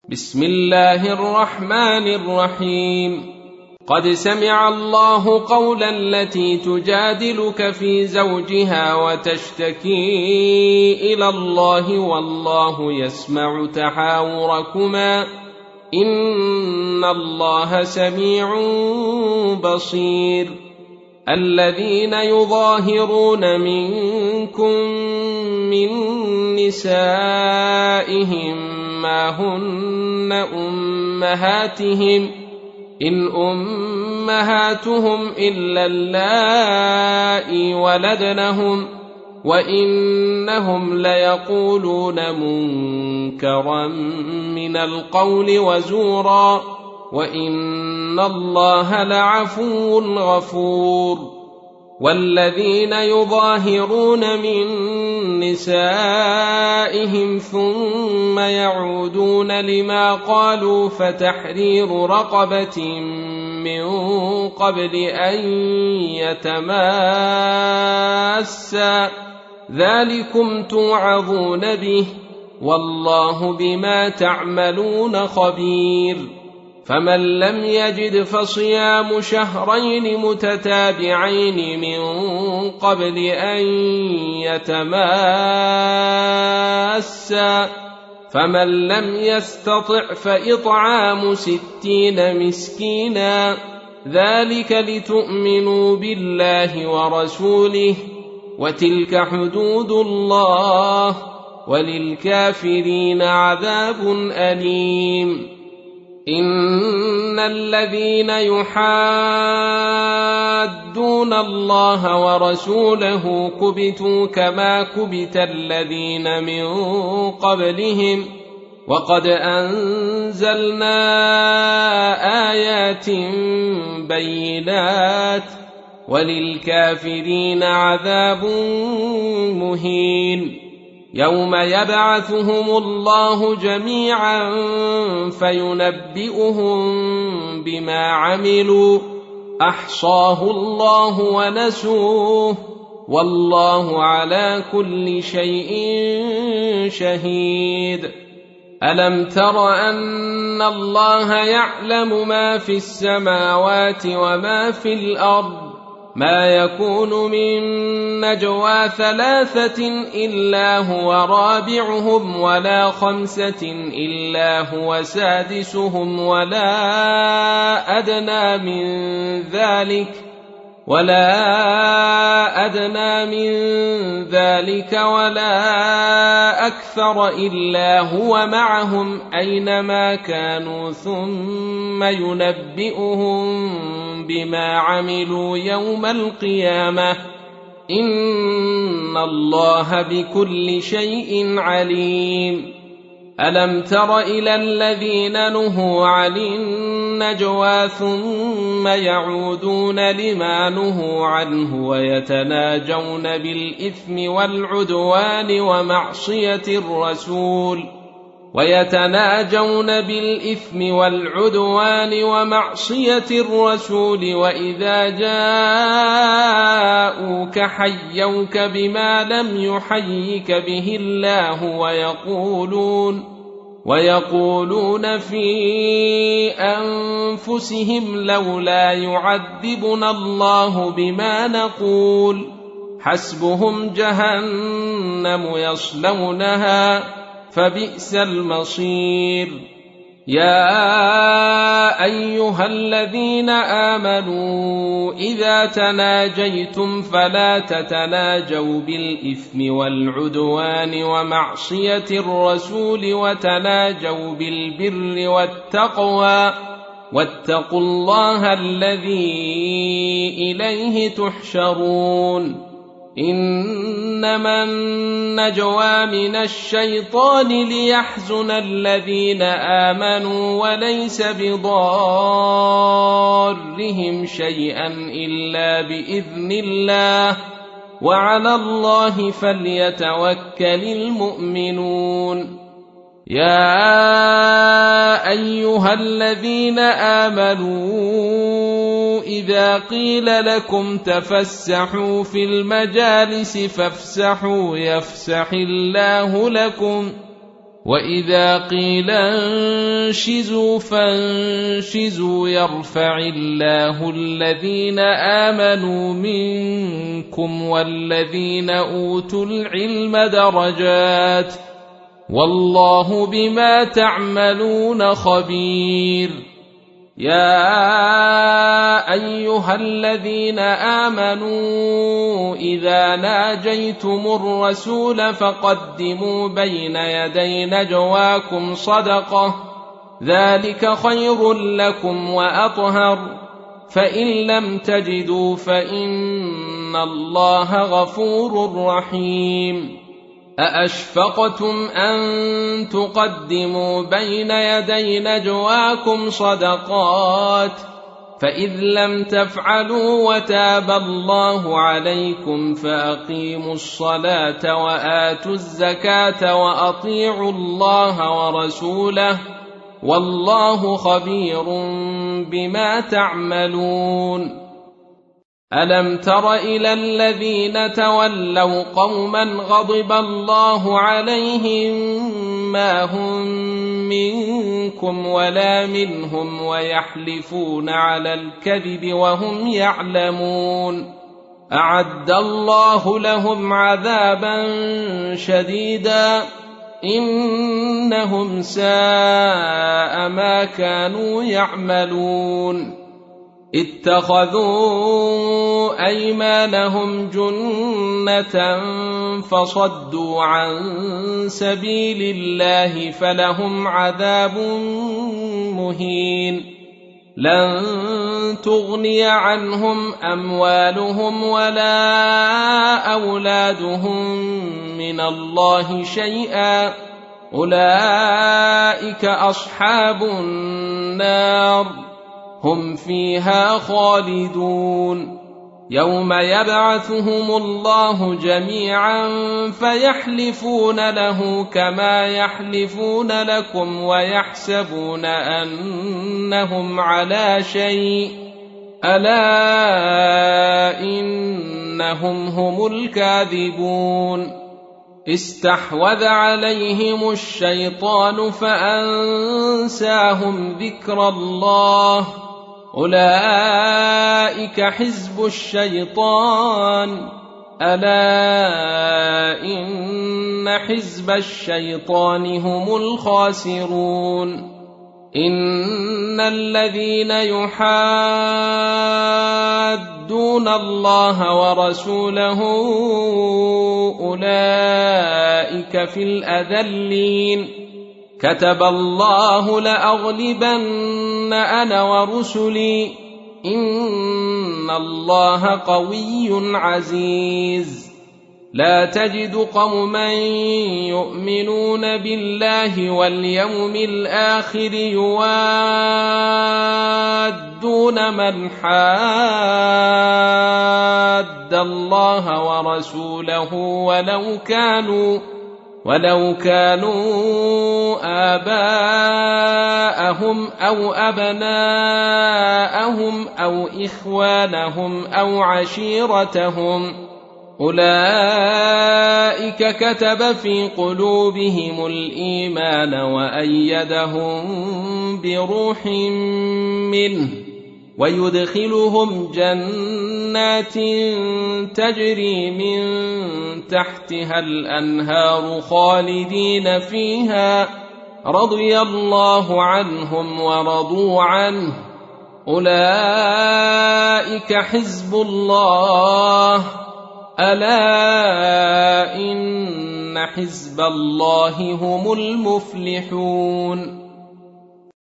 بسم الله الرحمن الرحيم. قد سمع الله قول التي تجادلك في زوجها وتشتكي إلى الله والله يسمع تحاوركما إن الله سميع بصير. الذين يظاهرون منكم من نسائهم ما هن أمهاتهم إن أمهاتهم إلا اللائي ولدنهم وإنهم ليقولون منكرا من القول وزورا وإن الله لعفو غفور. والذين يظاهرون من نسائهم ثم يعودون لما قالوا فتحرير رقبة من قبل أن يتماسا ذلكم توعظون به والله بما تعملون خبير. فمن لم يجد فصيام شهرين متتابعين من قبل أن يتماسا فمن لم يستطع فإطعام 60 مسكينا ذلك لتؤمنوا بالله ورسوله وتلك حدود الله وللكافرين عذاب أليم. إن الذين يحادون الله ورسوله كبتوا كما كبت الذين من قبلهم وقد أنزلنا آيات بينات وللكافرين عذاب مهين. يوم يبعثهم الله جميعا فينبئهم بما عملوا أحصاه الله ونسوه والله على كل شيء شهيد. ألم تر أن الله يعلم ما في السماوات وما في الأرض ما يكون من نجوى 3 إلا هو رابعهم ولا 5 إلا هو سادسهم ولا أدنى من ذلك ولا أكثر إلا هو معهم أينما كانوا ثم ينبئهم بما عملوا يوم القيامة إن الله بكل شيء عليم. ألم تر إلى الذين نهوا عن النجوى ثم يعودون لما نهوا عنه ويتناجون بالإثم والعدوان ومعصية الرسول وإذا جاءوك حيوك بما لم يحيك به الله ويقولون في أنفسهم لولا يعذبنا الله بما نقول حسبهم جهنم يصلونها فبئس المصير. يا أيها الذين آمنوا إذا تناجيتم فلا تتناجوا بالإثم والعدوان ومعصية الرسول وتناجوا بالبر والتقوى واتقوا الله الذي إليه تحشرون. إنما النجوى من الشيطان ليحزن الذين آمنوا وليس بضارهم شيئا إلا بإذن الله وعلى الله فليتوكل المؤمنون. يا أيها الذين آمنوا إذا قيل لكم تفسحوا في المجالس فافسحوا يفسح الله لكم وإذا قيل انشزوا فانشزوا يرفع الله الذين آمنوا منكم والذين أوتوا العلم درجات والله بما تعملون خبير. يا أيها الذين آمنوا إذا ناجيتم الرسول فقدموا بين يدي نجواكم صدقة ذلك خير لكم وأطهر فإن لم تجدوا فإن الله غفور رحيم. أأشفقتم أن تقدموا بين يدي نجواكم صدقات فإذ لم تفعلوا وتاب الله عليكم فأقيموا الصلاة وآتوا الزكاة وأطيعوا الله ورسوله والله خبير بما تعملون. ألم تر إلى الذين تولوا قوما غضب الله عليهم ما هم منكم ولا منهم ويحلفون على الكذب وهم يعلمون أعد الله لهم عذابا شديدا إنهم ساء ما كانوا يعملون. اتخذوا أيمانهم جنة فصدوا عن سبيل الله فلهم عذاب مهين. لن تغني عنهم أموالهم ولا أولادهم من الله شيئا أولئك أصحاب النار هم فيها خالدون. يوم يبعثهم الله جميعا فيحلفون له كما يحلفون لكم ويحسبون أنهم على شيء ألا إنهم هم الكاذبون. استحوذ عليهم الشيطان فأنساهم ذكر الله أولئك حزب الشيطان ألا إن حزب الشيطان هم الخاسرون. إن الذين يحادون الله ورسوله أولئك في الأذلين. كتب الله لأغلبن أنا ورسلي إن الله قوي عزيز. لا تجد قوما يؤمنون بالله واليوم الآخر يوادون من حاد الله ورسوله ولو كانوا آباءهم أو أبناءهم أو إخوانهم أو عشيرتهم أولئك كتب في قلوبهم الإيمان وأيدهم بروح منه ويدخلهم جنات تجري من تحتها الأنهار خالدين فيها رضي الله عنهم ورضوا عنه أولئك حزب الله ألا إن حزب الله هم المفلحون.